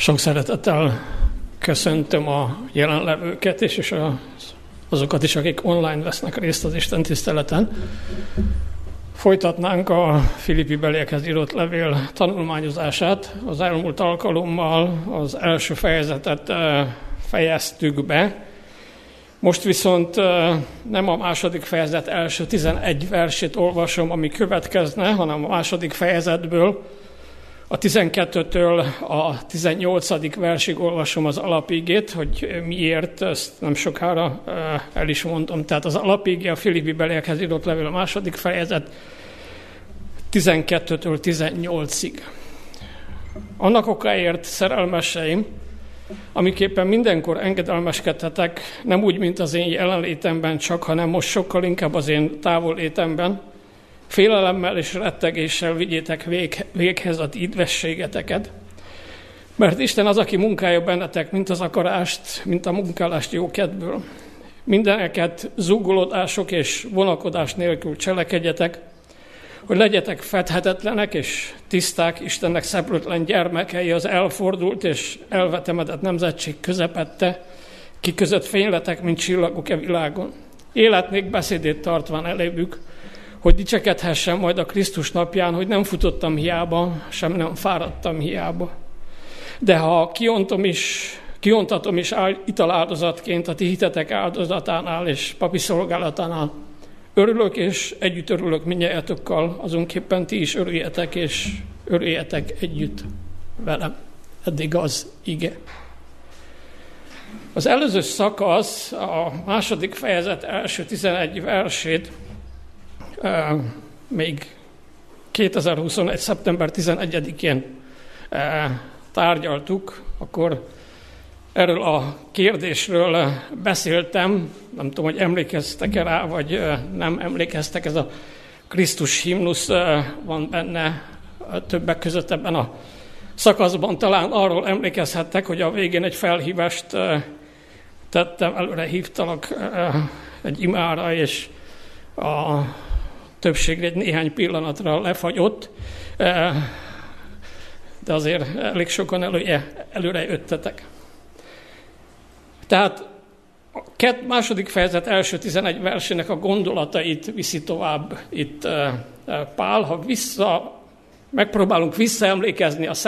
Sok szeretettel köszöntöm a jelenlevőket, és azokat is, akik online vesznek részt az Isten tiszteleten. Folytatnánk a Filippi beliekhez írott levél tanulmányozását. Az elmúlt alkalommal az első fejezetet fejeztük be. Most viszont nem a második fejezet első 11 versét olvasom, ami következne, hanem a második fejezetből a 12-től a 18. versig olvasom az alapigét, hogy miért, ezt nem sokára el is mondom. Tehát az alapigé a Filippi beliekhez írott levél a második fejezet 12-től 18-ig. Annak okáért, szerelmeseim, amiképpen mindenkor engedelmeskedhetek, nem úgy, mint az én jelenlétemben csak, hanem most sokkal inkább az én távollétemben, félelemmel és rettegéssel vigyétek véghez az idvességeteket, mert Isten az, aki munkálja bennetek, mint az akarást, mint a munkálást jókedvből. Mindeneket zúgolódások és vonakodás nélkül cselekedjetek, hogy legyetek fedhetetlenek és tiszták, Istennek szeplőtlen gyermekei az elfordult és elvetemedett nemzetség közepette, ki között fényletek, mint csillagok e világon. Életnék beszédét tartván elévük, hogy dicsekedhessen majd a Krisztus napján, hogy nem futottam hiába, sem nem fáradtam hiába. De ha kiontatom is italáldozatként a ti hitetek áldozatánál és papi szolgálatánál, örülök és együtt örülök mindnyájatokkal, azonképpen ti is örüljetek és örüljetek együtt velem. Eddig az ige. Az előző szakasz, a második fejezet első 11 versét még 2021. szeptember 11-én tárgyaltuk, akkor erről a kérdésről beszéltem, nem tudom, hogy emlékeztek-e rá, vagy nem emlékeztek, ez a Krisztus himnusz van benne többek között ebben a szakaszban. Talán arról emlékezhettek, hogy a végén egy felhívást tettem, előre hívtalak egy imára, és a többségre egy néhány pillanatra lefagyott, de azért elég sokan előre jöttetek. Tehát a második fejezet első 11 versének a gondolatait viszi tovább itt Pál. Ha megpróbálunk visszaemlékezni a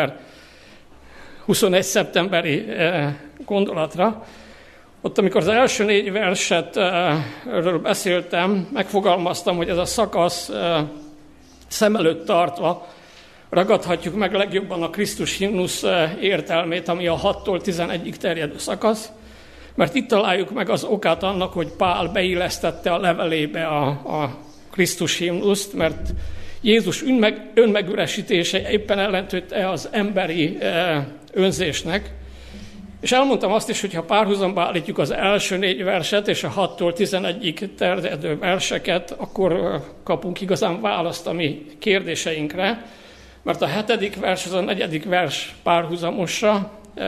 21. szeptemberi gondolatra, ott, amikor az első 4 versetről beszéltem, megfogalmaztam, hogy ez a szakasz szem előtt tartva ragadhatjuk meg legjobban a Krisztus himnusz értelmét, ami a 6-tól 11-ig terjedő szakasz, mert itt találjuk meg az okát annak, hogy Pál beillesztette a levelébe a Krisztus himnuszt, mert Jézus önmegüresítése éppen ellentéte az emberi önzésnek. És elmondtam azt is, hogy ha párhuzamba állítjuk az első 4 verset és a 6-tól 11-ig terjedő verseket, akkor kapunk igazán választ a mi kérdéseinkre, mert a 7. vers az a 4. vers párhuzamosra.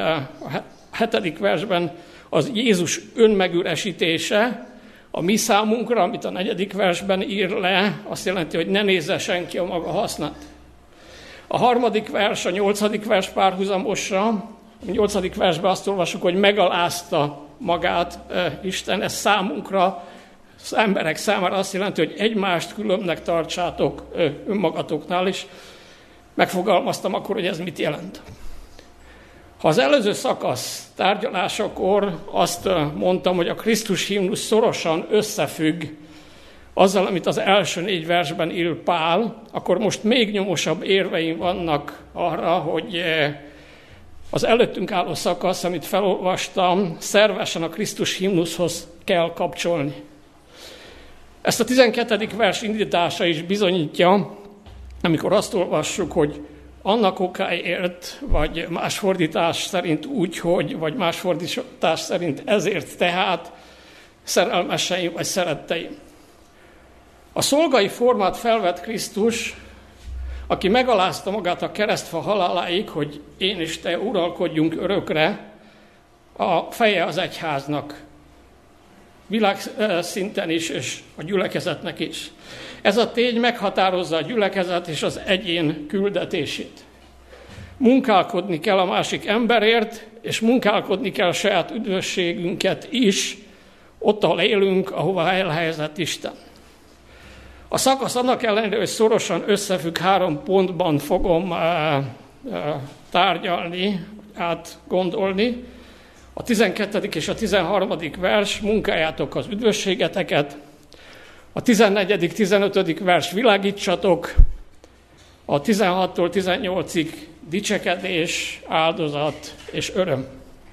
A 7. versben az Jézus önmegüresítése a mi számunkra, amit a 4. versben ír le, azt jelenti, hogy ne nézze senki a maga hasznát. A 3. vers, a 8. vers párhuzamosra, a 8. versben azt olvasjuk, hogy megalázta magát Isten, ez számunkra, az emberek számára azt jelenti, hogy egymást különbnek tartsátok önmagatoknál is. Megfogalmaztam akkor, hogy ez mit jelent. Ha az előző szakasz tárgyalásakor azt mondtam, hogy a Krisztus himnusz szorosan összefügg azzal, amit az első 4 versben ír Pál, akkor most még nyomosabb érveim vannak arra, hogy az előttünk álló szakasz, amit felolvastam, szervesen a Krisztus himnuszhoz kell kapcsolni. Ezt a 12. vers indítása is bizonyítja, amikor azt olvassuk, hogy annak okáért, vagy más fordítás szerint úgy, hogy, vagy más fordítás szerint ezért tehát, szerelmeseim vagy szeretteim. A szolgai formát felvett Krisztus, aki megalázta magát a keresztfa haláláig, hogy én és te uralkodjunk örökre, a feje az egyháznak, világszinten is, és a gyülekezetnek is. Ez a tény meghatározza a gyülekezet és az egyén küldetését. Munkálkodni kell a másik emberért, és munkálkodni kell a saját üdvösségünket is, ott, ahol élünk, ahova elhelyezett Isten. A szakasz annak ellenére, hogy szorosan összefügg, 3 pontban fogom tárgyalni, átgondolni. A 12. és a 13. vers, munkáljátok az üdvösségeteket. A 14. 15. vers, világítsatok. A 16-tól 18-ig dicsekedés, áldozat és öröm.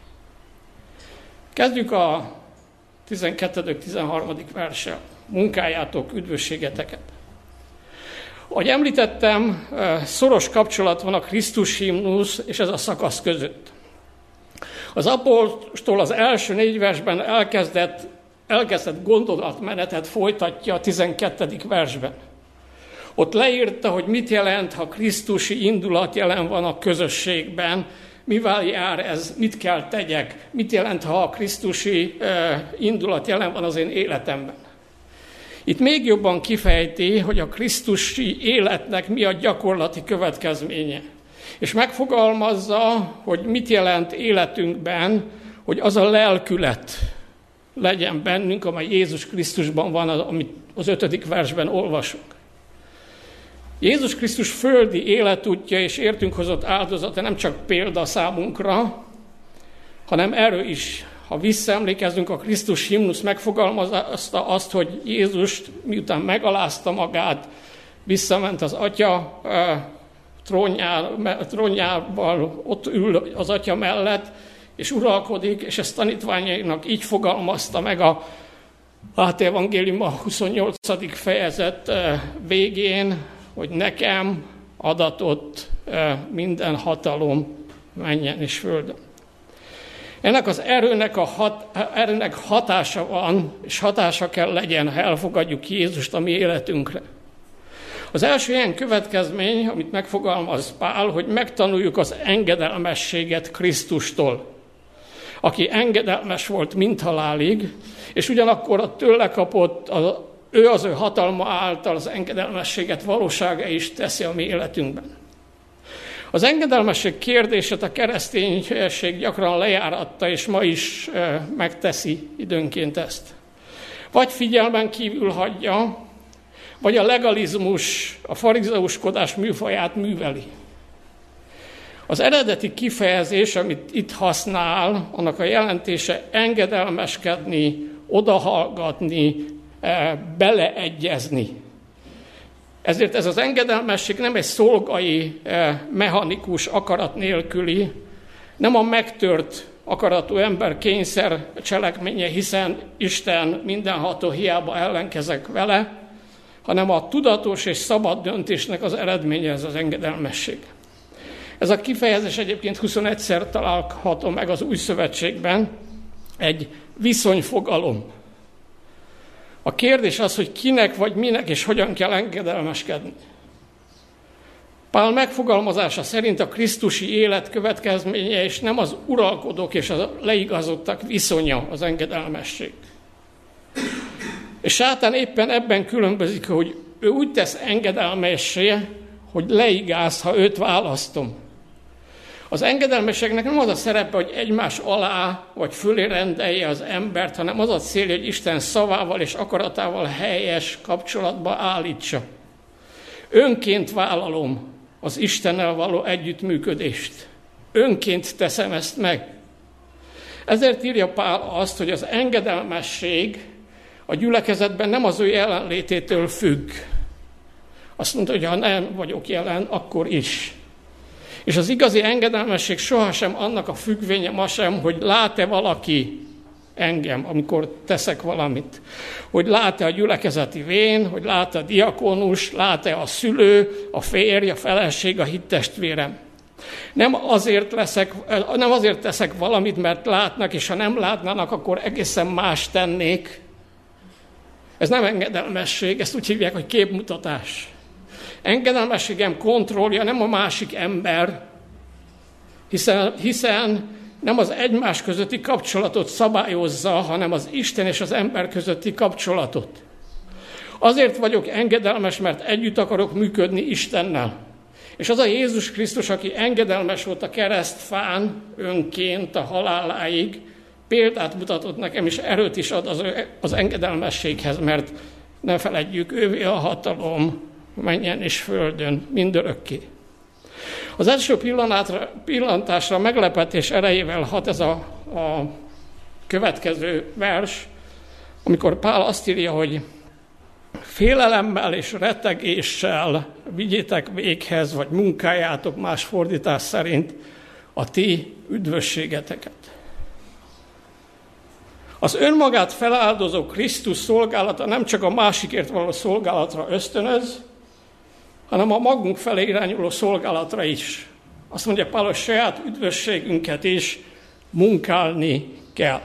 Kezdjük a 12. 13. verssel. Munkáljátok üdvösségeteket. Ahogy említettem, szoros kapcsolat van a Krisztus himnusz és ez a szakasz között. Az apostol az első 4 versben elkezdett gondolatmenetet folytatja a 12. versben. Ott leírta, hogy mit jelent, ha krisztusi indulat jelen van a közösségben, mivel jár ez, mit kell tegyek, mit jelent, ha a krisztusi indulat jelen van az én életemben. Itt még jobban kifejti, hogy a krisztusi életnek mi a gyakorlati következménye. És megfogalmazza, hogy mit jelent életünkben, hogy az a lelkület legyen bennünk, amely Jézus Krisztusban van, amit az 5. versben olvasunk. Jézus Krisztus földi életútja és értünk hozott áldozata nem csak példa számunkra, hanem erről is, ha visszaemlékezünk, a Krisztus himnusz megfogalmazta azt, hogy Jézust miután megalázta magát, visszament az Atya trónjával, ott ül az Atya mellett, és uralkodik, és ezt tanítványainak így fogalmazta meg a Máté evangélium a 28. fejezet végén, hogy nekem adatott minden hatalom mennyen és földön. Ennek az erőnek hatása van, és hatása kell legyen, ha elfogadjuk Jézust a mi életünkre. Az első ilyen következmény, amit megfogalmaz Pál, hogy megtanuljuk az engedelmességet Krisztustól, aki engedelmes volt mindhalálig, és ugyanakkor a tőle kapott, ő az ő hatalma által az engedelmességet valósága is teszi a mi életünkben. Az engedelmesség kérdését a kereszténység gyakran lejáratta, és ma is megteszi időnként ezt. Vagy figyelmen kívül hagyja, vagy a legalizmus, a farizeuskodás műfaját műveli. Az eredeti kifejezés, amit itt használ, annak a jelentése engedelmeskedni, odahallgatni, beleegyezni. Ezért ez az engedelmesség nem egy szolgai, mechanikus, akarat nélküli, nem a megtört akaratú ember kényszer cselekménye, hiszen Isten mindenható, hiába ellenkezek vele, hanem a tudatos és szabad döntésnek az eredménye ez az engedelmesség. Ez a kifejezés egyébként 21-szer található meg az Új Szövetségben, egy viszonyfogalom. A kérdés az, hogy kinek vagy minek és hogyan kell engedelmeskedni. Pál megfogalmazása szerint a krisztusi élet következménye, és nem az uralkodók és a leigazodtak viszonya az engedelmesség. És sátán éppen ebben különbözik, hogy ő úgy tesz engedelmessé, hogy leigáz, ha őt választom. Az engedelmességnek nem az a szerepe, hogy egymás alá vagy fölé rendelje az embert, hanem az a célja, hogy Isten szavával és akaratával helyes kapcsolatba állítsa. Önként vállalom az Istennel való együttműködést. Önként teszem ezt meg. Ezért írja Pál azt, hogy az engedelmesség a gyülekezetben nem az ő jelenlététől függ. Azt mondta, hogy ha nem vagyok jelen, akkor is. És az igazi engedelmesség sohasem annak a függvénye ma sem, hogy lát-e valaki engem, amikor teszek valamit. Hogy lát-e a gyülekezeti vén, hogy lát-e a diakónus, lát-e a szülő, a férj, a feleség, a hittestvérem. Nem azért teszek valamit, mert látnak, és ha nem látnának, akkor egészen más tennék. Ez nem engedelmesség, ezt úgy hívják, hogy képmutatás. Engedelmességem kontrollja nem a másik ember, hiszen nem az egymás közötti kapcsolatot szabályozza, hanem az Isten és az ember közötti kapcsolatot. Azért vagyok engedelmes, mert együtt akarok működni Istennel. És az a Jézus Krisztus, aki engedelmes volt a keresztfán önként a haláláig, példát mutatott nekem, és erőt is ad az engedelmességhez, mert ne feledjük, ővé a hatalom mennyen és földön, mindörökké. Az első pillantásra meglepetés erejével hat ez a következő vers, amikor Pál azt írja, hogy félelemmel és rettegéssel vigyétek véghez, vagy munkájátok más fordítás szerint a ti üdvösségeteket. Az önmagát feláldozó Krisztus szolgálata nem csak a másikért való szolgálatra ösztönöz, hanem a magunk felé irányuló szolgálatra is. Azt mondja Pál, hogy saját üdvösségünket is munkálni kell.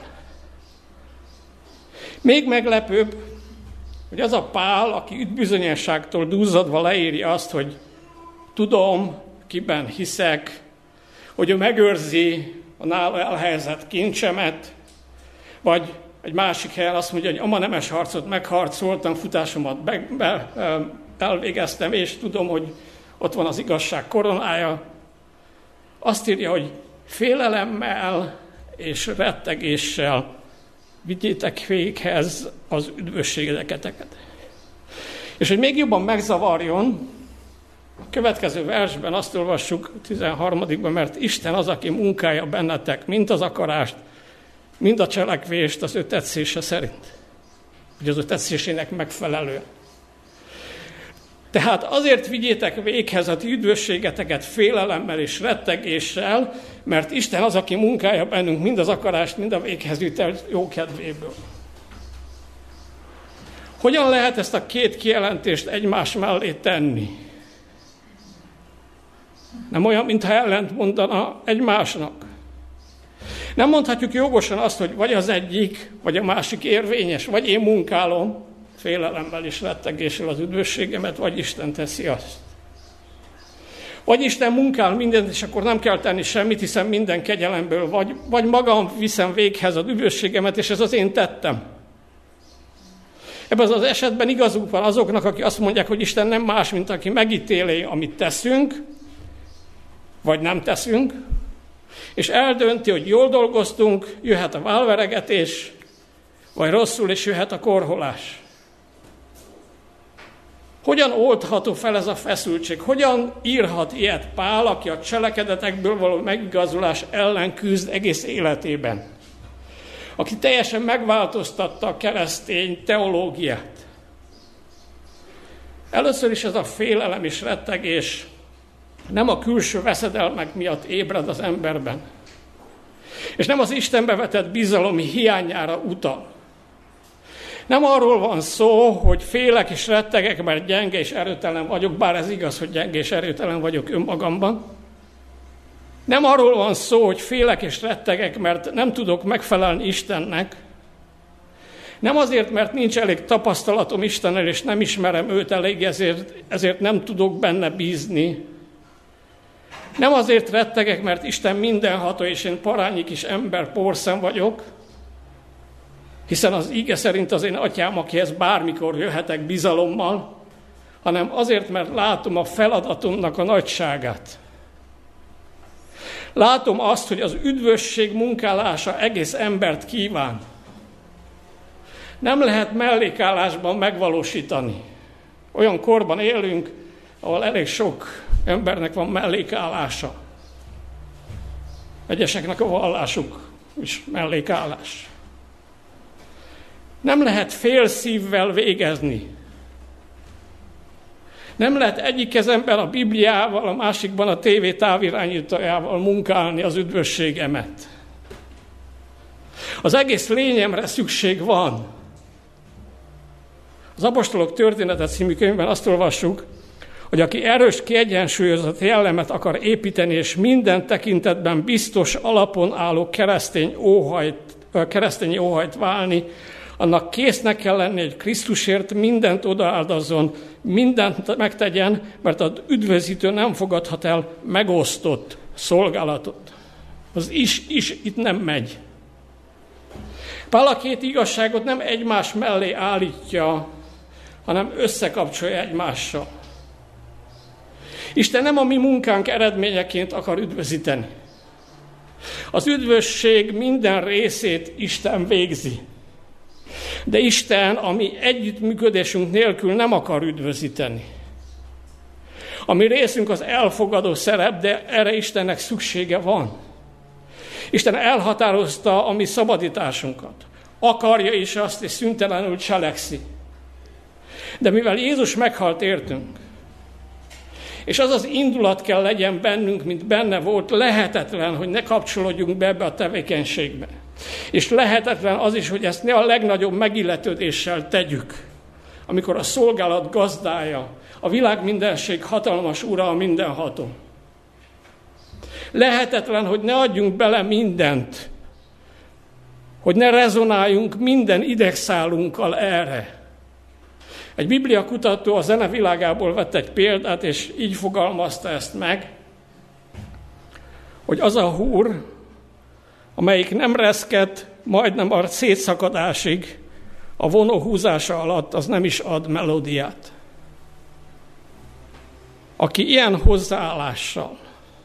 Még meglepőbb, hogy az a Pál, aki üdvbizonyosságtól duzzadva leírja azt, hogy tudom, kiben hiszek, hogy ő megőrzi a nála elhelyezett kincsemet, vagy egy másik helyen azt mondja, hogy ama nemes harcot megharcoltam, futásomat elvégeztem, és tudom, hogy ott van az igazság koronája. Azt írja, hogy félelemmel és rettegéssel vigyétek véghez az üdvösségeteket. És hogy még jobban megzavarjon, a következő versben azt olvassuk, 13-ban, mert Isten az, aki munkálja bennetek, mind az akarást, mind a cselekvést az ő tetszése szerint. Ugye az ő tetszésének megfelelően. Tehát azért vigyétek véghez a ti üdvösségeteket félelemmel és rettegéssel, mert Isten az, aki munkálja bennünk mind az akarást, mind a véghezvitelt jó kedvéből. Hogyan lehet ezt a két kijelentést egymás mellé tenni? Nem olyan, mintha ellent mondana egymásnak. Nem mondhatjuk jogosan azt, hogy vagy az egyik, vagy a másik érvényes, vagy én munkálom félelemmel és rettegéssel az üdvösségemet, vagy Isten teszi azt. Vagy Isten munkál mindent, és akkor nem kell tenni semmit, hiszen minden kegyelemből, vagy magam viszem véghez az üdvösségemet, és ez az én tettem. Ebben az esetben igazuk van azoknak, akik azt mondják, hogy Isten nem más, mint aki megítéli, amit teszünk, vagy nem teszünk, és eldönti, hogy jól dolgoztunk, jöhet a válveregetés, vagy rosszul, és jöhet a korholás. Hogyan oldható fel ez a feszültség? Hogyan írhat ilyet Pál, aki a cselekedetekből való megigazulás ellen küzd egész életében? Aki teljesen megváltoztatta a keresztény teológiát. Először is ez a félelem és rettegés nem a külső veszedelmek miatt ébred az emberben. És nem az Istenbe vetett bizalom hiányára utal. Nem arról van szó, hogy félek és rettegek, mert gyenge és erőtelen vagyok, bár ez igaz, hogy gyenge és erőtelen vagyok önmagamban. Nem arról van szó, hogy félek és rettegek, mert nem tudok megfelelni Istennek. Nem azért, mert nincs elég tapasztalatom Istennel, és nem ismerem őt elég, ezért nem tudok benne bízni. Nem azért rettegek, mert Isten mindenható, és én parányi kis ember, porszem vagyok, hiszen az íge szerint az én atyám, akihez bármikor jöhetek bizalommal, hanem azért, mert látom a feladatomnak a nagyságát. Látom azt, hogy az üdvösség munkálása egész embert kíván. Nem lehet mellékállásban megvalósítani. Olyan korban élünk, ahol elég sok embernek van mellékállása. Egyeseknek a vallásuk is mellékállás. Nem lehet fél szívvel végezni. Nem lehet egyik kezemben a Bibliával, a másikban a tévé távirányítójával munkálni az üdvösségemet. Az egész lényemre szükség van. Az Apostolok története című könyvben azt olvassuk, hogy aki erős, kiegyensúlyozott jellemet akar építeni, és minden tekintetben biztos alapon álló keresztény óhajt válni, annak késznek kell lenni, hogy Krisztusért mindent odaáldozzon, mindent megtegyen, mert az üdvözítő nem fogadhat el megosztott szolgálatot. Az is itt nem megy. Pál a két igazságot nem egymás mellé állítja, hanem összekapcsolja egymással. Isten nem a mi munkánk eredményeként akar üdvözíteni. Az üdvösség minden részét Isten végzi. De Isten a mi együttműködésünk nélkül nem akar üdvözíteni. A mi részünk az elfogadó szerep, de erre Istennek szüksége van. Isten elhatározta a mi szabadításunkat. Akarja is azt, és szüntelenül cselekszi. De mivel Jézus meghalt értünk, és az az indulat kell legyen bennünk, mint benne volt, lehetetlen, hogy ne kapcsolódjunk be ebbe a tevékenységbe. És lehetetlen az is, hogy ezt ne a legnagyobb megilletődéssel tegyük, amikor a szolgálat gazdája, a világ mindenség hatalmas ura, a mindenható. Lehetetlen, hogy ne adjunk bele mindent, hogy ne rezonáljunk minden idegszálunkkal erre. Egy bibliakutató a zene világából vett egy példát, és így fogalmazta ezt meg, hogy az a húr, amelyik nem reszket, majdnem a szétszakadásig, a vonó húzása alatt, az nem is ad melódiát. Aki ilyen hozzáállással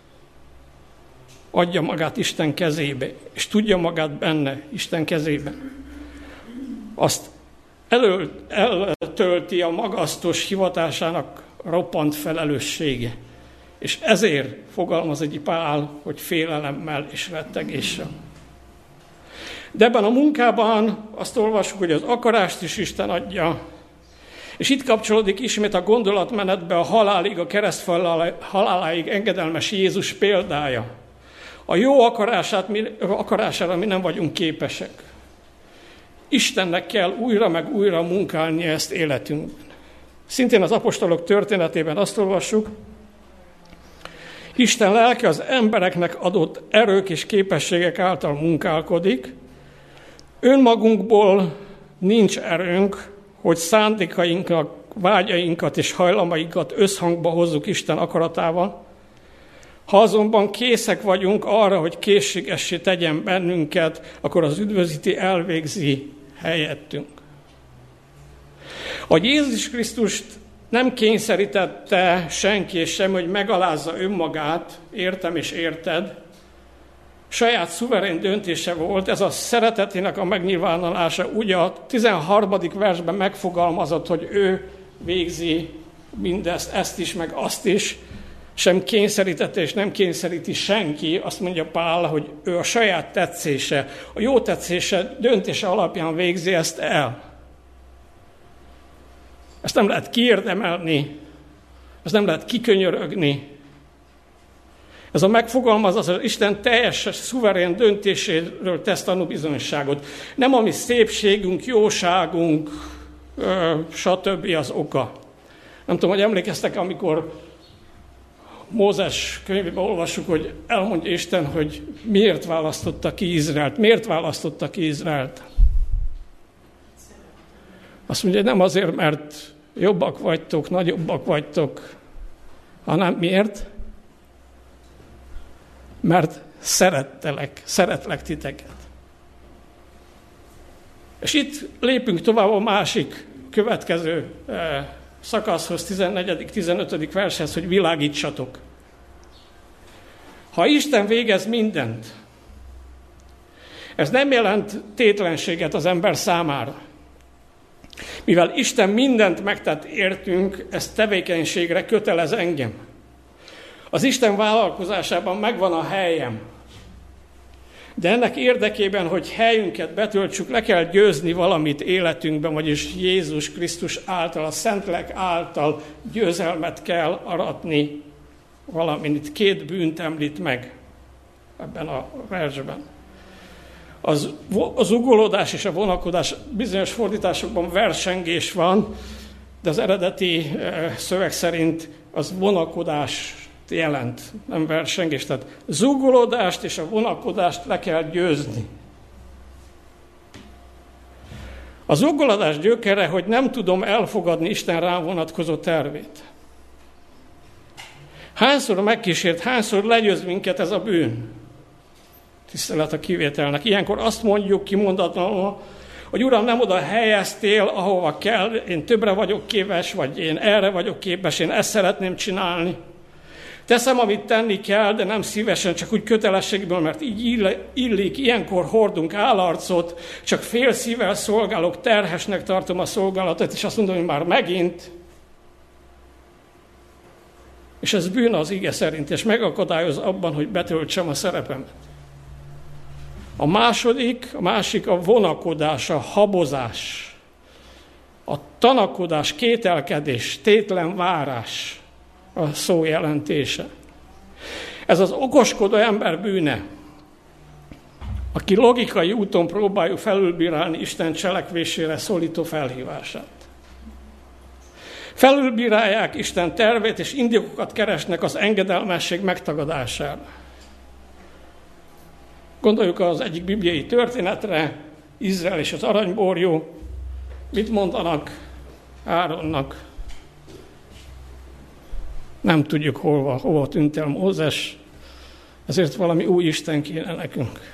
adja magát Isten kezébe, és tudja magát benne Isten kezében, azt eltölti a magasztos hivatásának roppant felelőssége. És ezért fogalmaz egy Pál, hogy félelemmel és rettegéssel. De ebben a munkában azt olvasjuk, hogy az akarást is Isten adja, és itt kapcsolódik ismét a gondolatmenetbe a halálig, a kereszt haláláig engedelmes Jézus példája. A jó akarására mi nem vagyunk képesek. Istennek kell újra meg újra munkálni ezt életünkben. Szintén az apostolok történetében azt olvassuk, Isten lelke az embereknek adott erők és képességek által munkálkodik, önmagunkból nincs erőnk, hogy szándékainkat, vágyainkat és hajlamainkat összhangba hozzuk Isten akaratával. Ha azonban készek vagyunk arra, hogy készségessé tegyen bennünket, akkor az üdvözíti elvégzi helyettünk. A Jézus Krisztust nem kényszerítette senki és sem, hogy megalázza önmagát, értem és érted. Saját szuverén döntése volt, ez a szeretetének a megnyilvánulása. Ugye a 13. versben megfogalmazott, hogy ő végzi mindezt, ezt is, meg azt is. Sem kényszerítette és nem kényszeríti senki, azt mondja Pál, hogy ő a saját tetszése, a jó tetszése döntése alapján végzi ezt el. Ezt nem lehet kiérdemelni, ezt nem lehet kikönyörögni. Ez a megfogalmazás az Isten teljes, szuverén döntéséről tesz tanúbizonyságot. Nem a mi szépségünk, jóságunk, stb. Az oka. Nem tudom, hogy emlékeztek, amikor Mózes könyvében olvassuk, hogy elmondja Isten, hogy miért választotta ki Izraelt. Miért választotta ki Izraelt? Azt mondja, nem azért, mert jobbak vagytok, nagyobbak vagytok, hanem miért? Mert szeretlek titeket. És itt lépünk tovább a másik következő szakaszhoz, 14.-15. vershez, hogy világítsatok. Ha Isten végez mindent, ez nem jelent tétlenséget az ember számára. Mivel Isten mindent megtett értünk, ez tevékenységre kötelez engem. Az Isten vállalkozásában megvan a helyem. De ennek érdekében, hogy helyünket betöltsük, le kell győzni valamit életünkben, vagyis Jézus Krisztus által, a Szentlélek által győzelmet kell aratni valamint. Itt 2 bűnt említ meg ebben a versben. Az ugolódás és a vonakodás, bizonyos fordításokban versengés van, de az eredeti szöveg szerint az vonakodást jelent, nem versengés. Tehát zúgolódást és a vonakodást le kell győzni. Az zúgolódás gyökere, hogy nem tudom elfogadni Isten rám vonatkozó tervét. Hányszor megkísért, hányszor legyőz minket ez a bűn? Tisztelet a kivételnek. Ilyenkor azt mondjuk kimondatlanul, hogy Uram, nem oda helyeztél, ahova kell, én többre vagyok képes, vagy én erre vagyok képes, én ezt szeretném csinálni. Teszem, amit tenni kell, de nem szívesen, csak úgy kötelességből, mert így illik, ilyenkor hordunk állarcot, csak fél szívvel szolgálok, terhesnek tartom a szolgálatot, és azt mondom, hogy már megint. És ez bűn az ige szerint, és megakadályoz abban, hogy betöltsem a szerepemet. A másik a vonakodás, a habozás, a tanakodás, kételkedés, tétlen várás a szó jelentése. Ez az okoskodó ember bűne, aki logikai úton próbálja felülbírálni Isten cselekvésére szólító felhívását. Felülbírálják Isten tervét, és indikokat keresnek az engedelmesség megtagadására. Gondoljuk az egyik bibliai történetre, Izrael és az aranyborjú. Mit mondanak Áronnak? Nem tudjuk, hova tűnt el Mózes, ezért valami új Isten kéne nekünk.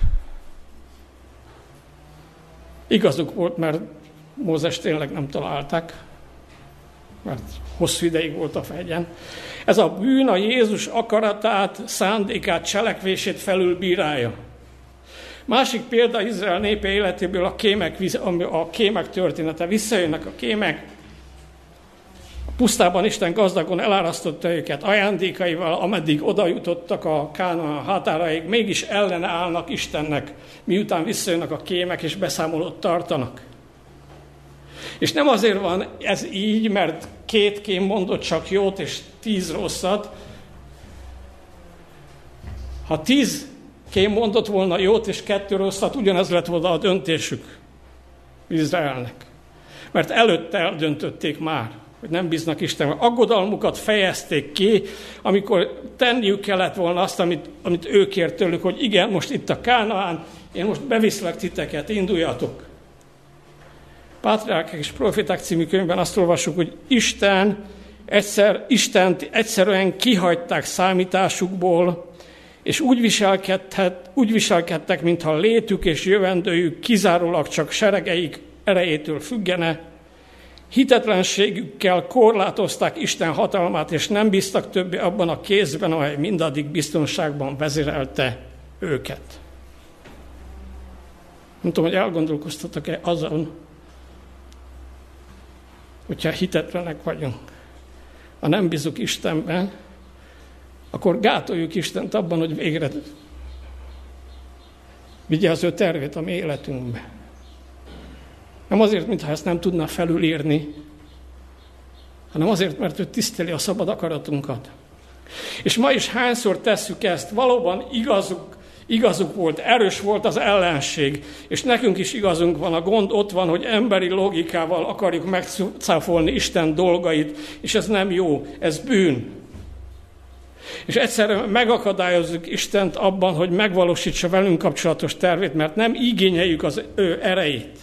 Igazuk volt, mert Mózes tényleg nem találták, mert hosszú ideig volt a fegyen. Ez a bűn a Jézus akaratát, szándékát, cselekvését felülbírálja. Másik példa Izrael népe életéből a kémek története. Visszajönnek a kémek, a pusztában Isten gazdagon elárasztotta őket ajándékaival, ameddig oda jutottak a Kánaán határaig, mégis ellenállnak Istennek, miután visszajönnek a kémek és beszámolót tartanak. És nem azért van ez így, mert 2 kém mondott csak jót és 10 rosszat. Ha 10 kém mondott volna jót és 2 rosszat, ugyanez lett volna a döntésük Izraelnek. Mert előtte eldöntötték már, hogy nem bíznak Istenben. Aggodalmukat fejezték ki, amikor tenniük kellett volna azt, amit ő kért tőlük, hogy igen, most itt a Kánaán, én most beviszlek titeket, induljatok. Pátriárkák és Proféták című könyvben azt olvassuk, hogy Istent egyszerűen kihagyták számításukból, és úgy viselkedtek, mintha létük és jövendőjük kizárólag csak seregeik erejétől függene. Hitetlenségükkel korlátozták Isten hatalmát, és nem bíztak többé abban a kézben, amely mindaddig biztonságban vezérelte őket. Nem tudom, hogy elgondolkoztatok-e azon, hogyha hitetlenek vagyunk, ha nem bízunk Istenben, akkor gátoljuk Istent abban, hogy végre vigye az ő tervét a mi életünkbe. Nem azért, mintha ezt nem tudná felülírni, hanem azért, mert ő tiszteli a szabad akaratunkat. És ma is hányszor tesszük ezt, valóban igazuk volt, erős volt az ellenség, és nekünk is igazunk van, a gond ott van, hogy emberi logikával akarjuk megcáfolni Isten dolgait, és ez nem jó, ez bűn. És egyszerűen megakadályozzuk Istent abban, hogy megvalósítsa velünk kapcsolatos tervét, mert nem igényeljük az ő erejét.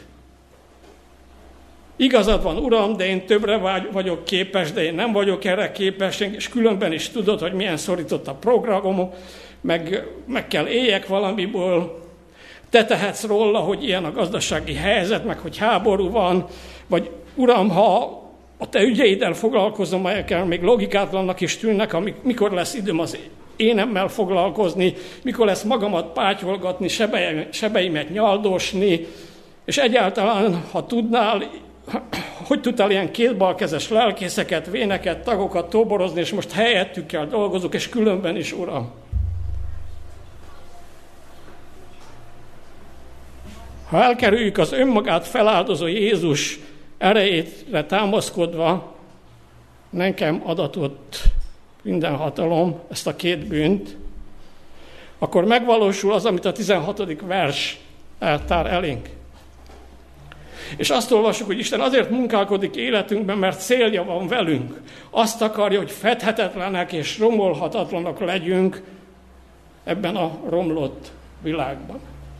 Igazad van, Uram, de én többre vagyok képes, de én nem vagyok erre képes, és különben is tudod, hogy milyen szorított a programom, meg kell éljek valamiből. Te tehetsz róla, hogy ilyen a gazdasági helyzet, meg hogy háború van, vagy Uram, ha a te ügyeiddel foglalkozom, melyekkel még logikátlannak is tűnnek, mikor lesz időm az énemmel foglalkozni, mikor lesz magamat pátyolgatni, sebeimet nyaldosni, és egyáltalán, ha tudnál, hogy tudtál ilyen kétbalkezes lelkészeket, véneket, tagokat toborozni, és most helyettükkel dolgozok, és különben is, Uram. Ha elkerüljük az önmagát feláldozó Jézus erejére támaszkodva, nekem adatott minden hatalom, ezt a 2 bűnt, akkor megvalósul az, amit a 16. vers eltár elénk. És azt olvassuk, hogy Isten azért munkálkodik életünkben, mert célja van velünk. Azt akarja, hogy fedhetetlenek és romolhatatlanak legyünk ebben a romlott világban.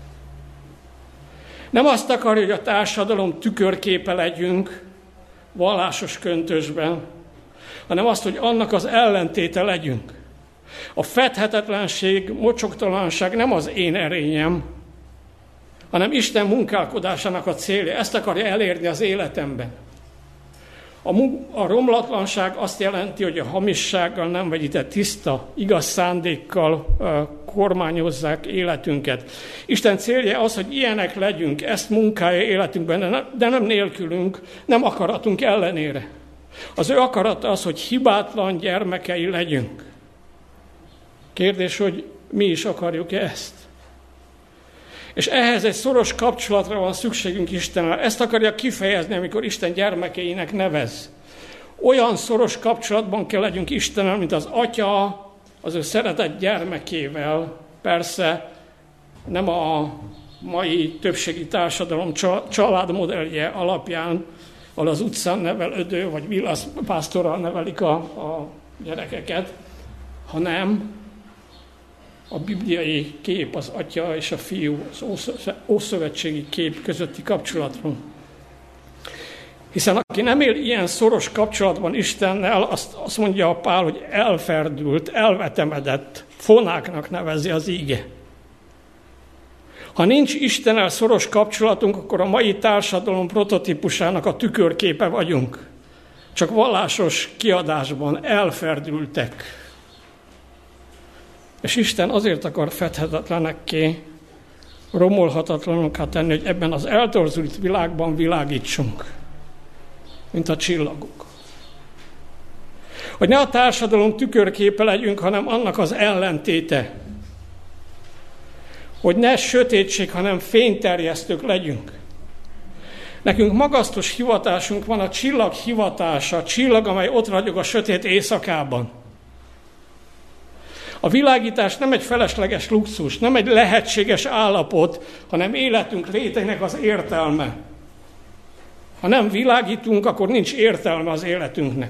Nem azt akarja, hogy a társadalom tükörképe legyünk vallásos köntösben, hanem azt, hogy annak az ellentéte legyünk. A fedhetetlenség, mocsoktalanság nem az én erényem, hanem Isten munkálkodásának a célja. Ezt akarja elérni az életemben. A romlatlanság azt jelenti, hogy a hamissággal nem vegyített tiszta, igaz szándékkal kormányozzák életünket. Isten célja az, hogy ilyenek legyünk, ezt munkálja életünkben, de nem nélkülünk, nem akaratunk ellenére. Az ő akarata az, hogy hibátlan gyermekei legyünk. Kérdés, hogy mi is akarjuk ezt. És ehhez egy szoros kapcsolatra van szükségünk Istennel. Ezt akarja kifejezni, amikor Isten gyermekeinek nevez. Olyan szoros kapcsolatban kell legyünk Istennel, mint az atya az ő szeretett gyermekével. Persze nem a mai többségi társadalom családmodellje alapján, ahol az utcán nevelődő vagy vilaszpásztorral nevelik a gyerekeket, hanem a bibliai kép, az atya és a fiú, az ószövetségi kép közötti kapcsolatról. Hiszen aki nem él ilyen szoros kapcsolatban Istennel, azt mondja a Pál, hogy elferdült, elvetemedett, fonáknak nevezi az íge. Ha nincs Istennel szoros kapcsolatunk, akkor a mai társadalom prototípusának a tükörképe vagyunk. Csak vallásos kiadásban elferdültek. És Isten azért akar fedhetetlenekké, romolhatatlanokká tenni, hogy ebben az eltorzult világban világítsunk, mint a csillagok. Hogy ne a társadalom tükörképe legyünk, hanem annak az ellentéte. Hogy ne sötétség, hanem fényterjesztők legyünk. Nekünk magasztos hivatásunk van, a csillag hivatása, a csillag, amely ott ragyog a sötét éjszakában. A világítás nem egy felesleges luxus, nem egy lehetséges állapot, hanem életünk létének az értelme. Ha nem világítunk, akkor nincs értelme az életünknek.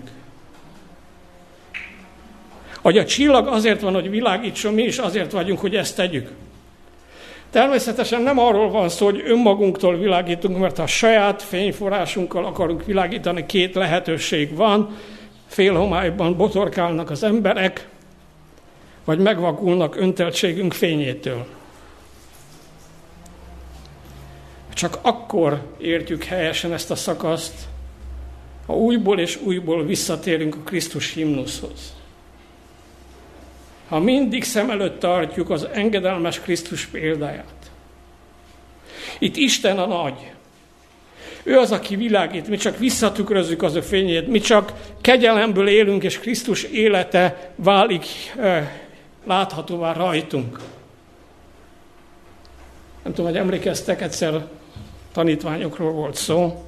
Hogy a csillag azért van, hogy világítson, mi is azért vagyunk, hogy ezt tegyük. Természetesen nem arról van szó, hogy önmagunktól világítunk, mert ha a saját fényforrásunkkal akarunk világítani, két lehetőség van. Félhomályban botorkálnak az emberek, vagy megvakulnak önteltségünk fényétől. Csak akkor értjük helyesen ezt a szakaszt, ha újból és újból visszatérünk a Krisztus himnuszhoz. Ha mindig szem előtt tartjuk az engedelmes Krisztus példáját. Itt Isten a nagy. Ő az, aki világít, mi csak visszatükrözzük az ő fényét, mi csak kegyelemből élünk, és Krisztus élete válik láthatóvá rajtunk. Nem tudom, hogy emlékeztek, egyszer tanítványokról volt szó,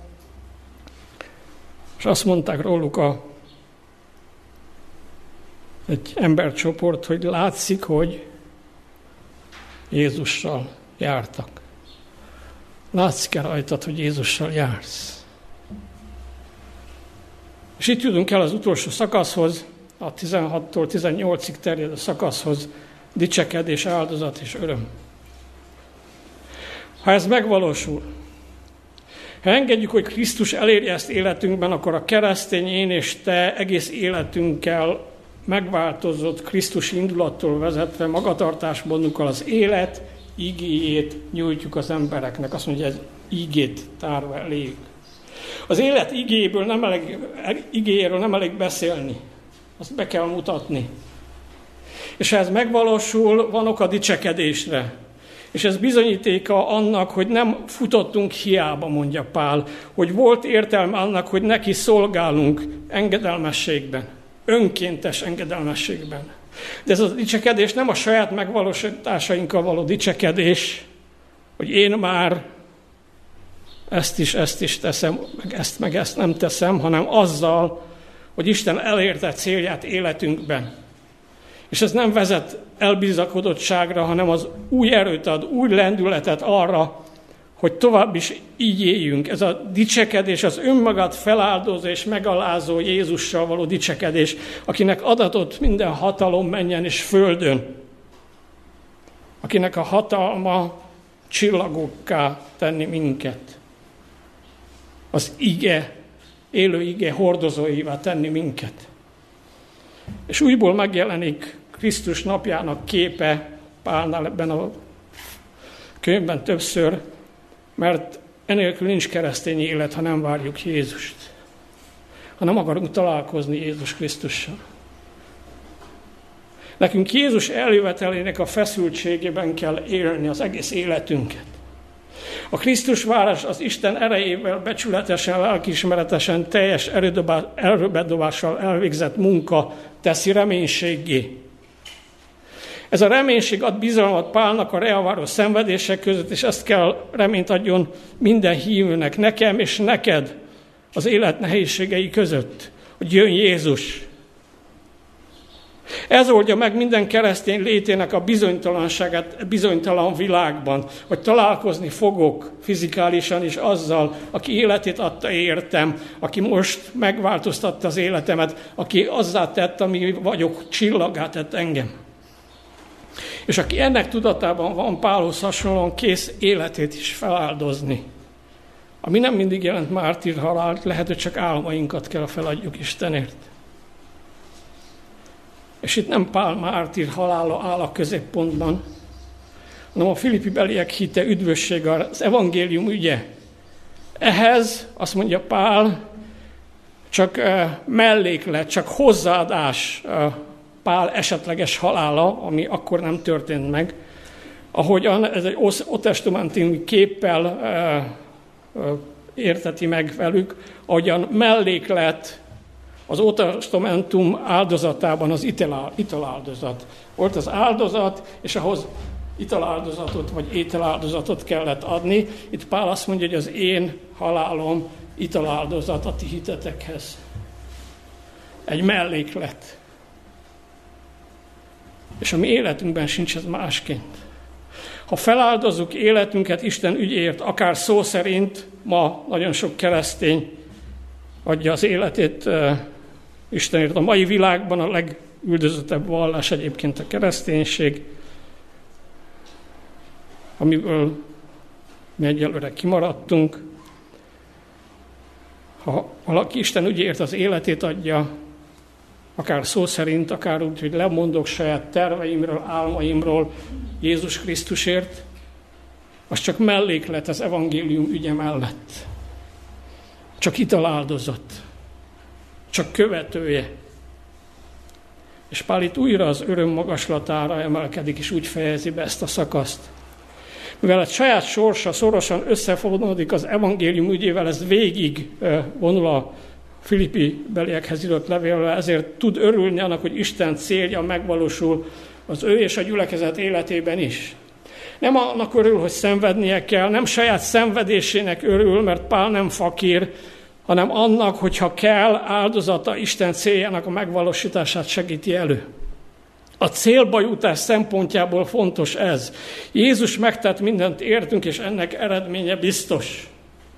és azt mondták róluk egy embercsoport, hogy látszik, hogy Jézussal jártak. Látszik-e rajtad, hogy Jézussal jársz? És itt jutunk el az utolsó szakaszhoz, a 16-tól 18-ig terjedő szakaszhoz, dicsekedés, áldozat és öröm. Ha ez megvalósul, ha engedjük, hogy Krisztus elérje ezt életünkben, akkor a keresztény én és te egész életünkkel megváltozott Krisztus indulattól vezetve magatartásmódunkkal az élet igéjét nyújtjuk az embereknek. Azt mondja, hogy ez igét tárva elég. Az élet igéjéről nem elég beszélni. Azt be kell mutatni. És ha ez megvalósul, van ok a dicsekedésre. És ez bizonyítéka annak, hogy nem futottunk hiába, mondja Pál, hogy volt értelme annak, hogy neki szolgálunk engedelmességben, önkéntes engedelmességben. De ez a dicsekedés nem a saját megvalósításainkkal való dicsekedés, hogy én már ezt is teszem, meg ezt nem teszem, hanem azzal, hogy Isten elérte célját életünkben. És ez nem vezet elbizakodottságra, hanem az új erőt ad, új lendületet arra, hogy tovább is így éljünk. Ez a dicsekedés, az önmagát feláldozó és megalázó Jézussal való dicsekedés, akinek adatott minden hatalom menjen és földön. Akinek a hatalma csillagokká tenni minket. Az ige, élő ige hordozóivá tenni minket. És újból megjelenik Krisztus napjának képe Pálnál ebben a könyvben többször, mert enélkül nincs keresztény élet, ha nem várjuk Jézust. hanem akarunk találkozni Jézus Krisztussal. Nekünk Jézus eljövetelének a feszültségében kell élni az egész életünket. A Krisztus várás az Isten erejével, becsületesen, lelkiismeretesen, teljes erőbedobással elvégzett munka teszi reménységgé. Ez a reménység ad bizalmat Pálnak a reaváró szenvedések között, és ezt kell reményt adjon minden hívőnek, nekem és neked az élet nehézségei között, hogy jön Jézus. Ez oldja meg minden keresztény létének a bizonytalanságát bizonytalan világban, hogy találkozni fogok fizikálisan is azzal, aki életét adta értem, aki most megváltoztatta az életemet, aki azzá tett, ami vagyok, csillagá tett engem. És aki ennek tudatában van, Pálhoz hasonlóan kész életét is feláldozni. Ami nem mindig jelent mártír halált, lehet, hogy csak álmainkat kell feladjuk Istenért. És itt nem Pál mártír halála áll a középpontban, hanem a Filippi beliek hite, üdvössége, az evangélium ügye. Ehhez, azt mondja Pál, csak melléklet, csak hozzáadás Pál esetleges halála, ami akkor nem történt meg, ahogyan ez egy ótestamentum képpel érteti meg velük, ahogyan melléklet az ótestamentum áldozatában az italáldozat. Volt az áldozat, és ahhoz italáldozatot vagy ételáldozatot kellett adni. Itt Pál azt mondja, hogy az én halálom italáldozat a ti hitetekhez. Egy melléklet. És a mi életünkben sincs ez másként. Ha feláldozzuk életünket Isten ügyéért, akár szó szerint, ma nagyon sok keresztény adja az életét Istenért. A mai világban a legüldözöttebb vallás egyébként a kereszténység, amiből mi egyelőre kimaradtunk. Ha valaki Isten ügyéért az életét adja, akár szó szerint, akár úgy, hogy lemondok saját terveimről, álmaimról Jézus Krisztusért, az csak melléklet az evangélium ügye mellett. Csak italáldozat. Csak követője. És Pál itt újra az öröm magaslatára emelkedik, és úgy fejezi be ezt a szakaszt. Mivel a saját sorsa szorosan összefonódik az evangélium ügyével, ez végig vonul a Filippi beliekhez írott levélre, ezért tud örülni annak, hogy Isten célja megvalósul az ő és a gyülekezet életében is. Nem annak örül, hogy szenvednie kell, nem saját szenvedésének örül, mert Pál nem fakír, hanem annak, hogyha kell, áldozata Isten céljának a megvalósítását segíti elő. A célba jutás szempontjából fontos ez. Jézus megtett mindent értünk, és ennek eredménye biztos.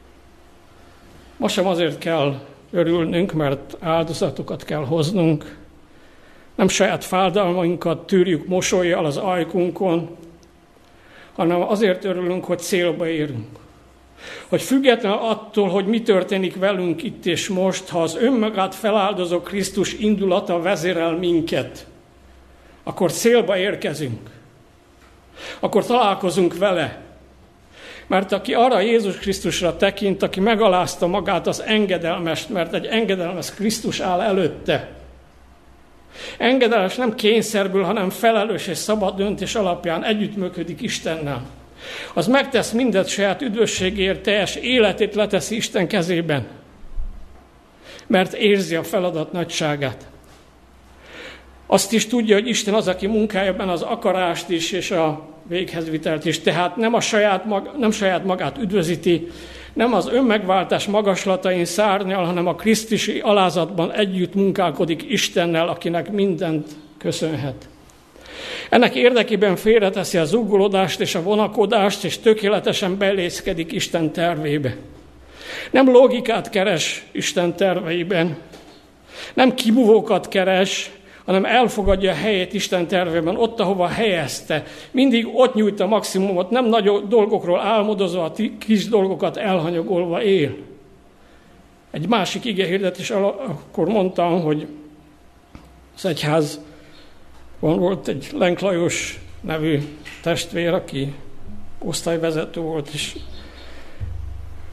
Ma sem azért kell örülnünk, mert áldozatokat kell hoznunk. Nem saját fájdalmainkat tűrjük mosollyal az ajkunkon, hanem azért örülünk, hogy célba érünk. Hogy független attól, hogy mi történik velünk itt és most, ha az önmagát feláldozó Krisztus indulata vezérel minket, akkor célba érkezünk. Akkor találkozunk vele. Mert aki arra Jézus Krisztusra tekint, aki megalázta magát, az engedelmest, mert egy engedelmes Krisztus áll előtte. Engedelmes nem kényszerből, hanem felelős és szabad döntés alapján együttműködik Istennel. Az megtesz mindent saját üdvösségért, teljes életét leteszi Isten kezében. Mert érzi a feladat nagyságát. Azt is tudja, hogy Isten az, aki munkálja benne az akarást is, és a véghezvitelt is. Tehát nem saját magát üdvözíti, nem az önmegváltás magaslatain szárnyal, hanem a krisztusi alázatban együtt munkálkodik Istennel, akinek mindent köszönhet. Ennek érdekében félreteszi a zúgolódást és a vonakodást, és tökéletesen belészkedik Isten tervébe. Nem logikát keres Isten terveiben, nem kibúvókat keres, hanem elfogadja a helyét Isten tervében, ott, ahova helyezte. Mindig ott nyújt a maximumot, nem nagy dolgokról álmodozva, a kis dolgokat elhanyagolva él. Egy másik igehirdetés akkor mondtam, hogy az egyházban volt egy Lenk Lajos nevű testvér, aki osztályvezető volt, és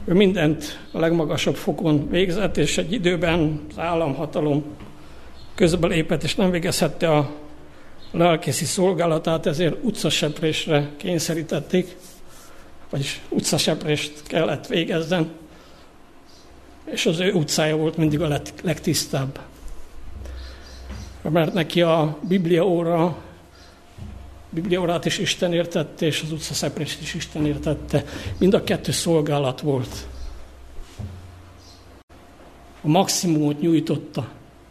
Ő mindent a legmagasabb fokon végzett, és egy időben az államhatalom közbelépett, és nem végezhette a lelkészi szolgálatát, ezért utcaseprésre kényszerítették, vagyis utcaseprést kellett végezzen, és az ő utcája volt mindig a legtisztább. Mert neki a Bibliaórát is Isten értette, és az utcaszeprést is Isten értette. Mind a kettő szolgálat volt. A maximumot nyújtotta.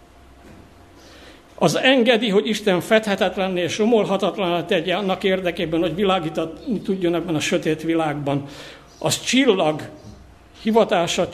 Az engedi, hogy Isten fedhetetlenné és romolhatatlanná tegye annak érdekében, hogy világítani tudjon ebben a sötét világban. Az csillag, hivatása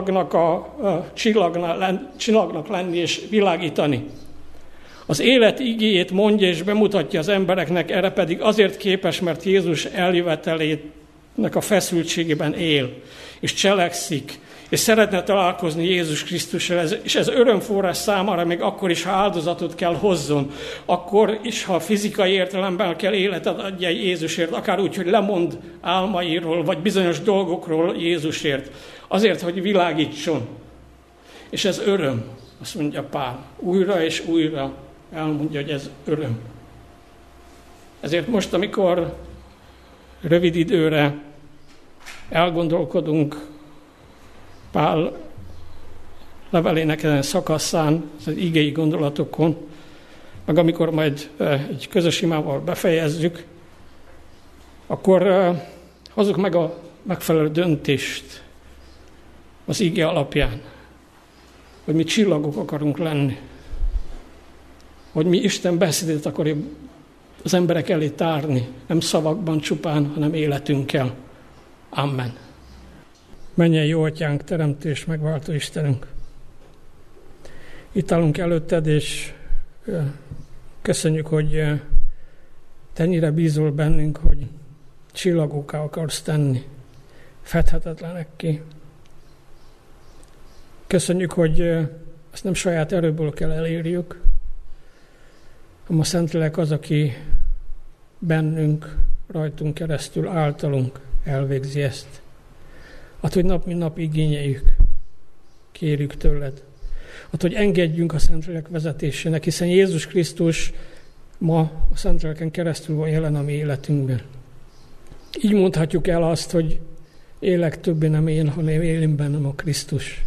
csillagnak lenni és világítani. Az élet igéjét mondja és bemutatja az embereknek, erre pedig azért képes, mert Jézus eljövetelének a feszültségében él, és cselekszik, és szeretne találkozni Jézus Krisztussal, és ez örömforrás számára, még akkor is, ha áldozatot kell hozzon, akkor is, ha fizikai értelemben kell életet adja Jézusért, akár úgy, hogy lemond álmairól, vagy bizonyos dolgokról Jézusért, azért, hogy világítson. És ez öröm, azt mondja Pál, újra és újra elmondja, hogy ez öröm. Ezért most, amikor rövid időre elgondolkodunk Pál levelének ezen szakaszán, az igei gondolatokon, meg amikor majd egy közös imával befejezzük, akkor hozzuk meg a megfelelő döntést az ige alapján, hogy mi csillagok akarunk lenni, hogy mi Isten beszédét akarjuk az emberek elé tárni, nem szavakban csupán, hanem életünkkel. Amen. Menjen jó Atyánk, teremtő és megváltó Istenünk. Itt állunk előtted, és köszönjük, hogy te ennyire bízol bennünk, hogy csillagokká akarsz tenni, fedhetetlenekké. Köszönjük, hogy ezt nem saját erőből kell elérjük, hanem a Szentlélek az, aki bennünk, rajtunk keresztül, általunk elvégzi ezt. Hogy nap mint nap igényeljük, kérjük tőled. Hogy engedjünk a Szentlélek vezetésének, hiszen Jézus Krisztus ma a Szentléleken keresztül van jelen a mi életünkben. Így mondhatjuk el azt, hogy élek többé nem én, hanem élem bennem a Krisztus.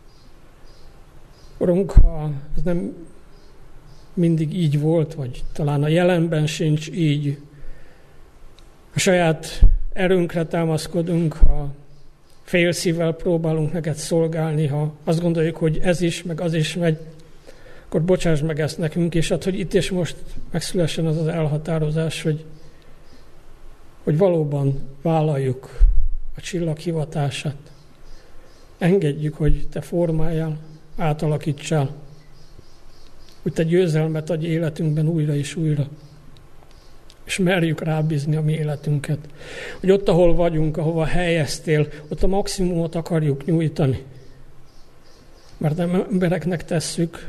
Urunk, ha ez nem mindig így volt, vagy talán a jelenben sincs így, a saját erőnkre támaszkodunk, ha félszívvel próbálunk neked szolgálni, ha azt gondoljuk, hogy ez is, meg az is megy, akkor bocsáss meg ezt nekünk, és hogy itt és most megszülessen az az elhatározás, hogy valóban vállaljuk a csillag hivatását. Engedjük, hogy te formáljál, átalakítsál, hogy te győzelmet adj életünkben újra és újra. És merjük rábízni a mi életünket. Hogy ott, ahol vagyunk, ahova helyeztél, ott a maximumot akarjuk nyújtani. Mert nem embereknek tesszük,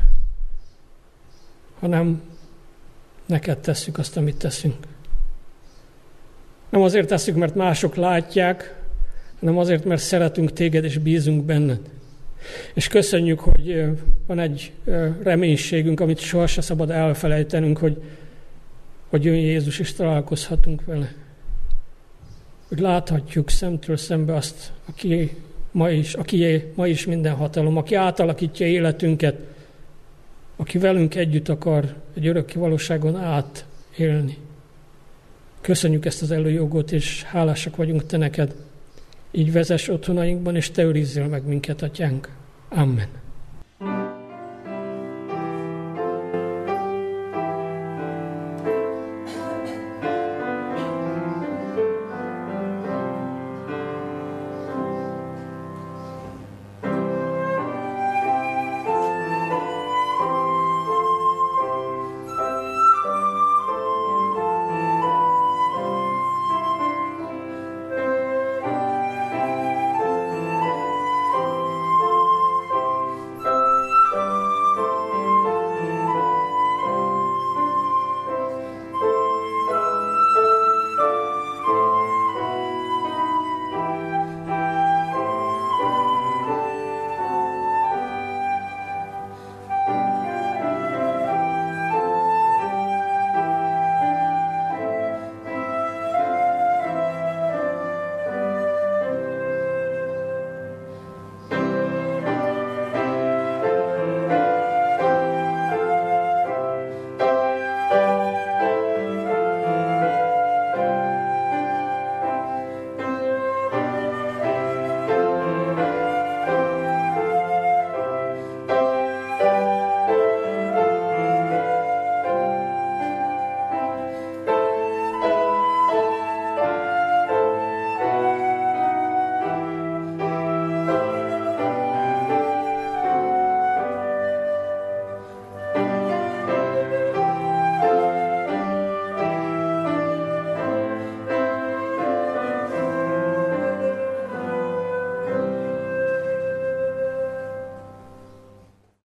hanem neked tesszük azt, amit teszünk. Nem azért tesszük, mert mások látják, hanem azért, mert szeretünk téged és bízunk benned. És köszönjük, hogy van egy reménységünk, amit sohasem szabad elfelejtenünk, hogy jön Jézus, és találkozhatunk vele. Hogy láthatjuk szemtől szembe azt, aki ma is minden hatalom, aki átalakítja életünket, aki velünk együtt akar egy örökké valóságon átélni. Köszönjük ezt az előjogot, és hálásak vagyunk te neked. Így vezess otthonainkban, és te őrizzél meg minket, Atyánk. Amen.